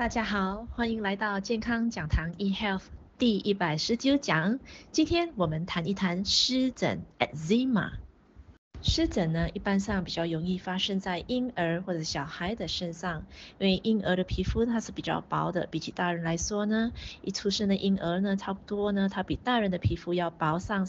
大家好，欢迎来到健康讲堂 eHealth 第119讲。今天我们谈一谈湿疹 eczema。湿疹呢，一般上比较容易发生在婴儿或者小孩的身上，因为婴儿的皮肤它是比较薄的，比起大人来说呢，一出生的婴儿呢，差不多呢，它比大人的皮肤要薄上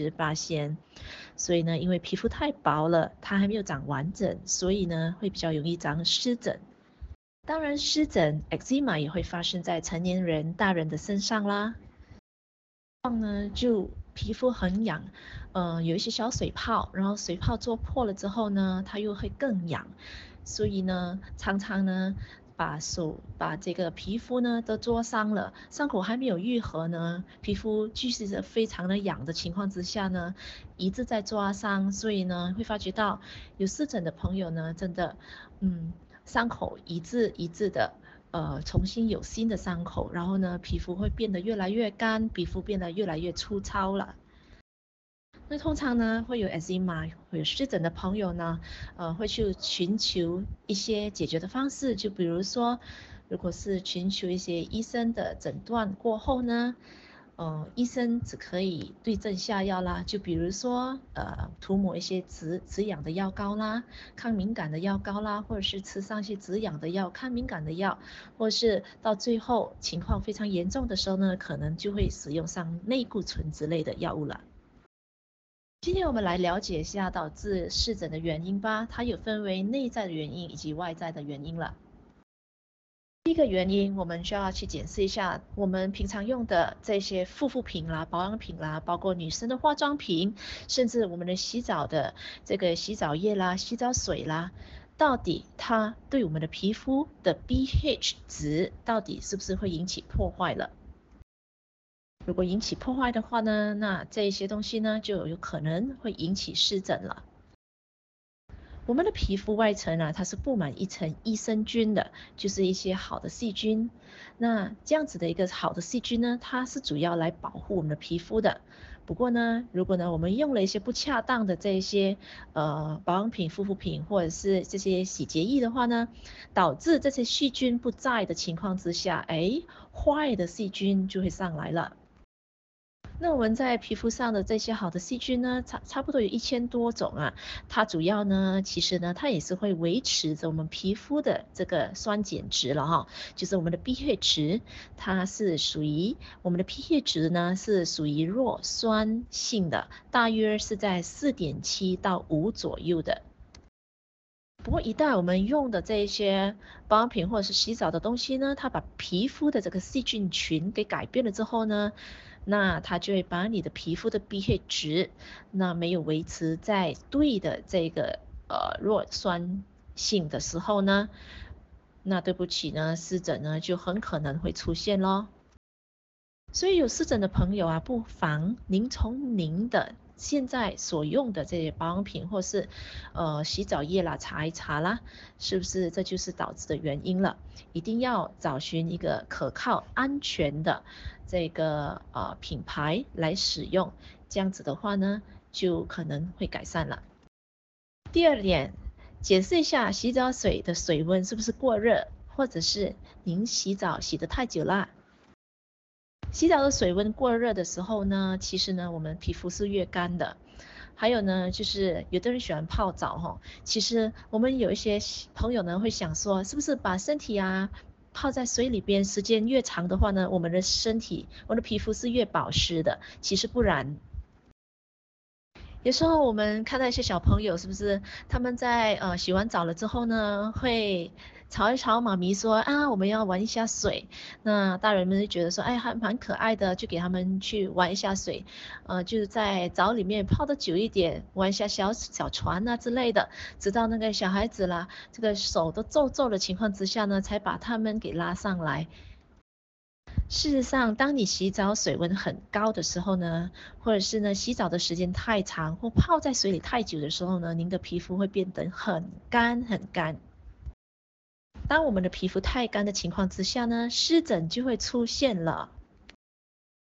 30%，所以呢，因为皮肤太薄了，它还没有长完整，所以呢，会比较容易长湿疹。当然，湿疹 eczema 也会发生在成年人、大人的身上啦。呢，就皮肤很痒，有一些小水泡，然后水泡做破了之后呢，它又会更痒，所以呢，常常呢，把这个皮肤呢都灼伤了，伤口还没有愈合呢，皮肤继续着非常的痒的情况之下呢，一直在抓伤，所以呢，会发觉到有湿疹的朋友呢，真的，伤口一致的。重新有新的伤口，然后呢，皮肤会变得越来越干，皮肤变得越来越粗糙了。那通常呢，会有 eczema 会有湿疹的朋友呢，会去寻求一些解决的方式，就比如说，如果是寻求一些医生的诊断过后呢，医生只可以对症下药啦，就比如说，涂抹一些止痒的药膏啦，抗敏感的药膏啦，或者是吃上一些止痒的药、抗敏感的药，或是到最后情况非常严重的时候呢，可能就会使用上类固醇之类的药物了。今天我们来了解一下导致湿疹的原因吧，它有分为内在的原因以及外在的原因了。第一个原因，我们需要去检视一下我们平常用的这些护肤品啦、保养品啦，包括女生的化妆品，甚至我们的洗澡的这个洗澡液啦、洗澡水啦，到底它对我们的皮肤的 pH 值到底是不是会引起破坏了？如果引起破坏的话呢，那这些东西呢就有可能会引起湿疹了。我们的皮肤外层啊，它是布满一层益生菌的，就是一些好的细菌。那这样子的一个好的细菌呢，它是主要来保护我们的皮肤的。不过呢，如果呢我们用了一些不恰当的这些保养品、护肤品或者是这些洗洁液的话呢，导致这些细菌不在的情况之下，坏的细菌就会上来了。那我们在皮肤上的这些好的细菌呢，差不多有1000多种啊。它主要呢，其实呢，它也是会维持着我们皮肤的这个酸碱值了哈，就是我们的 pH 值，它是属于我们的 pH 值呢是属于弱酸性的，大约是在4.7到5左右的。不过一旦我们用的这一些保养品或者是洗澡的东西呢，它把皮肤的这个细菌群给改变了之后呢，那它就会把你的皮肤的 pH 值，那没有维持在对的这个弱酸性的时候呢，那对不起呢，湿疹呢就很可能会出现咯。所以有湿疹的朋友啊，不妨您从您的现在所用的这些保养品或是洗澡液啦查一查啦，是不是这就是导致的原因了？一定要找寻一个可靠、安全的这个品牌来使用，这样子的话呢，就可能会改善了。第二点，解释一下洗澡水的水温是不是过热，或者是您洗澡洗得太久啦。洗澡的水温过热的时候呢，其实呢，我们皮肤是越干的。还有呢，就是有的人喜欢泡澡哈，其实我们有一些朋友呢会想说，是不是把身体啊泡在水里边时间越长的话呢，我们的身体、我们的皮肤是越保湿的？其实不然。有时候我们看到一些小朋友，是不是他们在洗完澡了之后呢，会吵一吵妈咪说啊，我们要玩一下水。那大人们就觉得说，哎，还蛮可爱的，就给他们去玩一下水，就是在澡里面泡的久一点，玩一下小小船啊之类的，直到那个小孩子啦，这个手都皱的情况之下呢，才把他们给拉上来。事实上，当你洗澡水温很高的时候呢，或者是呢洗澡的时间太长，或泡在水里太久的时候呢，您的皮肤会变得很干很干。当我们的皮肤太干的情况之下呢，湿疹就会出现了。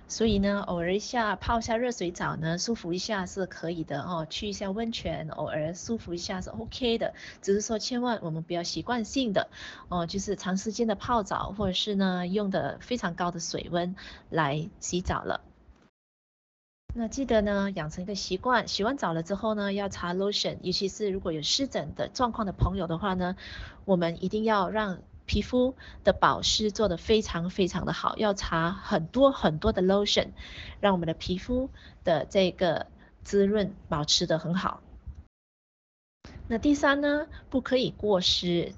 所以呢，偶尔一下泡一下热水澡呢，舒服一下是可以的哦。去一下温泉，偶尔舒服一下是 OK 的。只是说千万我们不要习惯性的哦，就是长时间的泡澡，或者是呢用的非常高的水温来洗澡了。那记得呢，养成一个习惯，洗完澡了之后呢，要擦 lotion，尤其是如果有湿疹的状况的朋友的话呢，我们一定要让皮肤的保湿做得非常非常的好，要擦很多很多的 lotion，让我们的皮肤的这个滋润保持得很好。那第三呢，不可以过湿。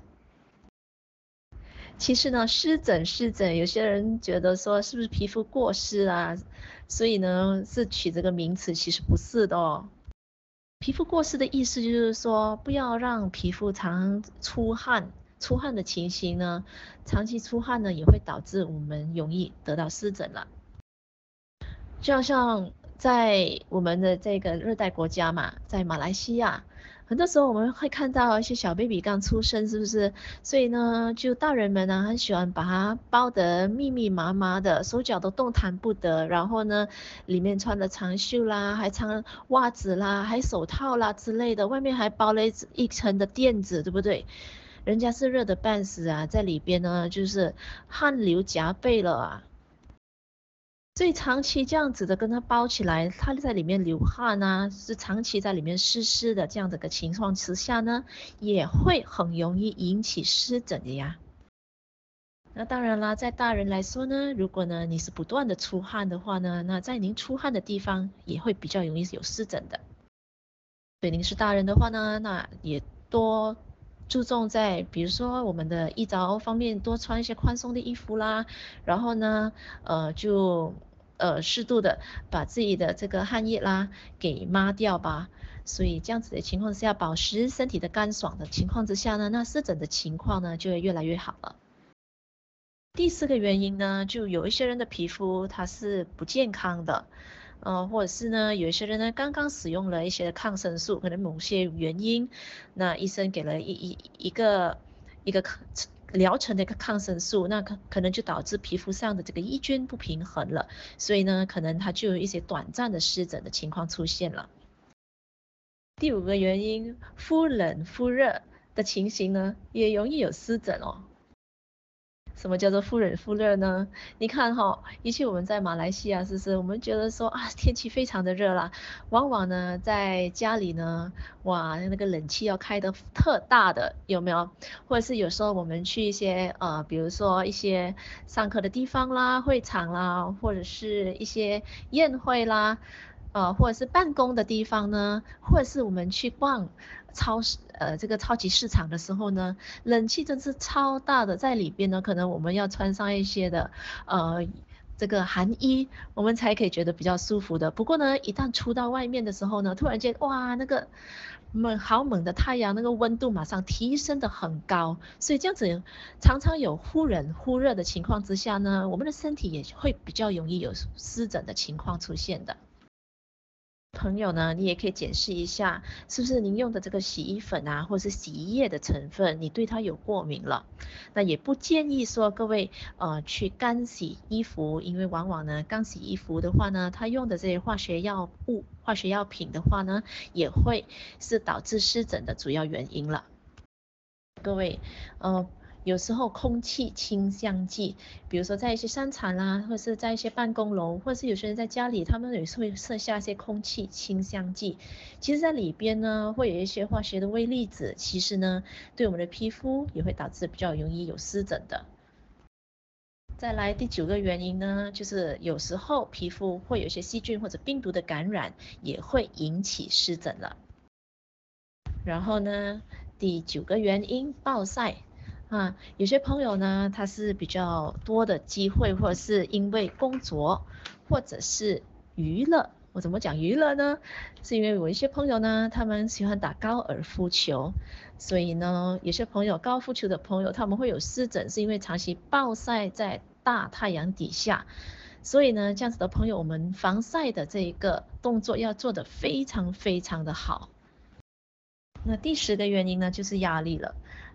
其实呢，湿疹，有些人觉得说是不是皮肤过湿啊，所以呢是取这个名词，其实不是的哦。皮肤过湿的意思就是说，不要让皮肤常出汗，出汗的情形呢，长期出汗呢也会导致我们容易得到湿疹了。就好像在我们的这个热带国家嘛，在马来西亚，很多时候我们会看到一些小 baby 刚出生，是不是？所以呢，就大人们呢很喜欢把它包得密密麻麻的，手脚都动弹不得，然后呢，里面穿的长袖啦，还穿袜子啦，还手套啦之类的，外面还包了一层的垫子，对不对？人家是热得半死啊，在里边呢就是汗流浃背了啊。所以长期这样子的跟它包起来，它在里面流汗啊，是长期在里面湿湿的这样的个情况之下呢，也会很容易引起湿疹的呀。那当然啦，在大人来说呢，如果呢你是不断的出汗的话呢，那在您出汗的地方也会比较容易有湿疹的。对，您是大人的话呢，那也多注重在比如说我们的衣着方面，多穿一些宽松的衣服啦，然后呢，就适度的把自己的这个汗液啦给抹掉吧。所以这样子的情况下，保持身体的干爽的情况之下呢，那湿疹的情况呢就会越来越好了。第四个原因呢，就有一些人的皮肤它是不健康的，或者是呢，有一些人呢刚刚使用了一些抗生素，可能某些原因，那医生给了一个疗程的一个抗生素，那可能就导致皮肤上的这个抑菌不平衡了，所以呢，可能它就有一些短暂的湿疹的情况出现了。第五个原因，忽冷忽热的情形呢，也容易有湿疹哦。什么叫做忽冷忽热呢？你看哈，以前我们在马来西亚，是不是我们觉得说啊，天气非常的热啦，往往呢在家里呢，哇，那个冷气要开得特大的，有没有？或者是有时候我们去一些比如说一些上课的地方啦、会场啦，或者是一些宴会啦，或者是办公的地方呢，或者是我们去逛超市，这个超级市场的时候呢，冷气真是超大的，在里边呢，可能我们要穿上一些的，这个寒衣，我们才可以觉得比较舒服的。不过呢，一旦出到外面的时候呢，突然间，哇，那个好猛的太阳，那个温度马上提升的很高，所以这样子常常有忽冷忽热的情况之下呢，我们的身体也会比较容易有湿疹的情况出现的。朋友呢，你也可以检视一下，是不是您用的这个洗衣粉啊，或者是洗衣液的成分，你对它有过敏了。那也不建议说各位去干洗衣服，因为往往呢，干洗衣服的话呢，它用的这些化学药物、化学药品的话呢，也会是导致湿疹的主要原因了。各位，有时候空气清香剂，比如说在一些商场啦，或者是在一些办公楼，或者是有些人在家里，他们也是会设下一些空气清香剂。其实，在里边呢，会有一些化学的微粒子，其实呢，对我们的皮肤也会导致比较容易有湿疹的。再来第九个原因呢，就是有时候皮肤会有一些细菌或者病毒的感染，也会引起湿疹了。然后呢，第九个原因，暴晒。有些朋友呢，他是比较多的机会，或者是因为工作，或者是娱乐。我怎么讲娱乐呢？是因为有一些朋友呢，他们喜欢打高尔夫球，所以呢，有些朋友高尔夫球的朋友，他们会有湿疹，是因为长期暴晒在大太阳底下。所以呢，这样子的朋友，我们防晒的这一个动作要做得非常非常的好。那第10个原因呢，就是压力了。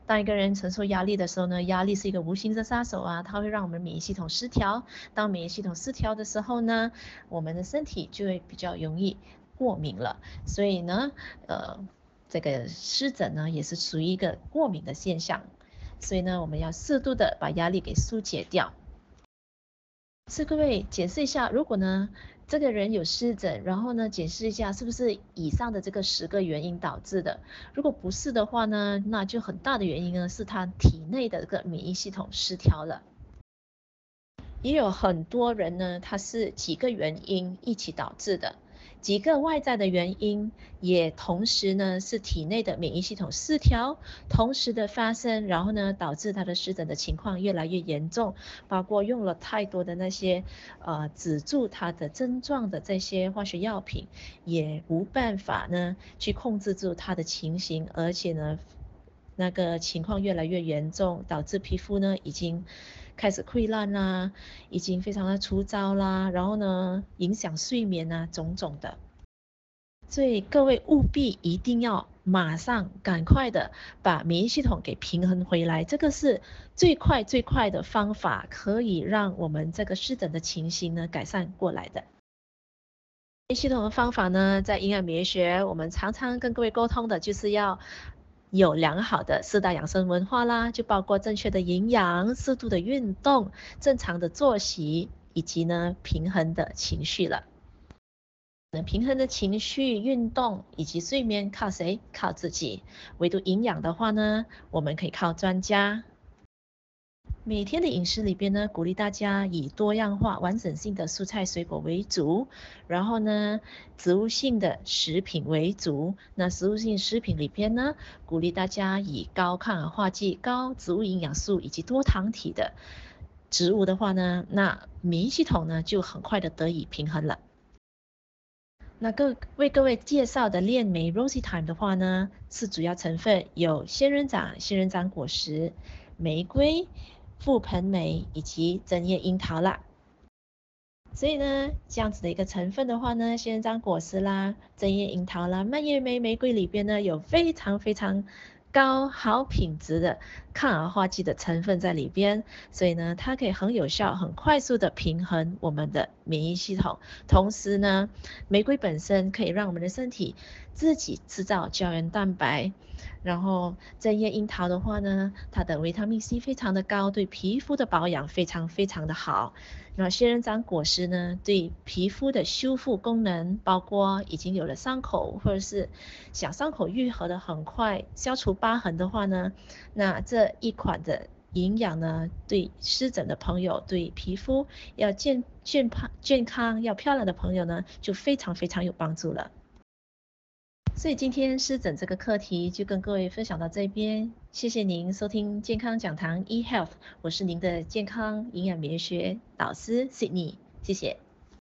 当一个人承受压力的时候呢，压力是一个无形的杀手啊，它会让我们免疫系统失调。当免疫系统失调的时候呢，我们的身体就会比较容易过敏了。所以呢，这个湿疹呢也是属于一个过敏的现象。所以呢，我们要适度的把压力给疏解掉。是各位解释一下，如果呢这个人有湿疹，然后呢解释一下是不是以上的这个10个原因导致的？如果不是的话呢，那就很大的原因呢是他体内的这个免疫系统失调了。也有很多人呢，他是几个原因一起导致的。几个外在的原因，也同时呢是体内的免疫系统失调，同时的发生，然后呢导致他的湿疹的情况越来越严重，包括用了太多的那些止住他的症状的这些化学药品，也无办法呢去控制住他的情形，而且呢那个情况越来越严重，导致皮肤呢已经开始溃烂啦，已经非常的粗糙啦，然后呢影响睡眠啊，种种的。所以各位务必一定要马上赶快的把免疫系统给平衡回来，这个是最快的方法，可以让我们这个湿疹的情形呢改善过来的。免疫系统的方法呢，在营养免疫学，我们常常跟各位沟通的就是要有良好的4大养生文化啦，就包括正确的营养、适度的运动、正常的作息，以及呢平衡的情绪了。平衡的情绪、运动以及睡眠靠谁？靠自己。唯独营养的话呢，我们可以靠专家。每天的饮食里边呢，鼓励大家以多样化、完整性的蔬菜水果为主，然后呢，植物性的食品为主。那植物性食品里边呢，鼓励大家以高抗氧化剂、高植物营养素以及多糖体的植物的话呢，那免疫系统呢就很快的得以平衡了。那为各位介绍的链莓 Rosy Thyme 的话呢，是主要成分有仙人掌果实、玫瑰、覆盆莓以及针叶樱桃啦。所以呢，这样子的一个成分的话呢，仙人掌果实啦、针叶樱桃啦、蔓越莓玫瑰里边呢，有非常高好品质的抗氧化剂的成分在里边，所以呢，它可以很有效、很快速的平衡我们的免疫系统。同时呢，玫瑰本身可以让我们的身体自己制造胶原蛋白。然后针叶樱桃的话呢，它的维他命 C 非常的高，对皮肤的保养非常的好。然后仙人掌果实呢，对皮肤的修复功能，包括已经有了伤口或者是想伤口愈合的很快，消除疤痕的话呢，那这一款的营养呢，对湿疹的朋友，对皮肤要健康要漂亮的朋友呢，就非常有帮助了。所以今天湿疹这个课题就跟各位分享到这边，谢谢您收听健康讲堂 eHealth，我是您的健康营养免疫学导师 Sydney，谢谢。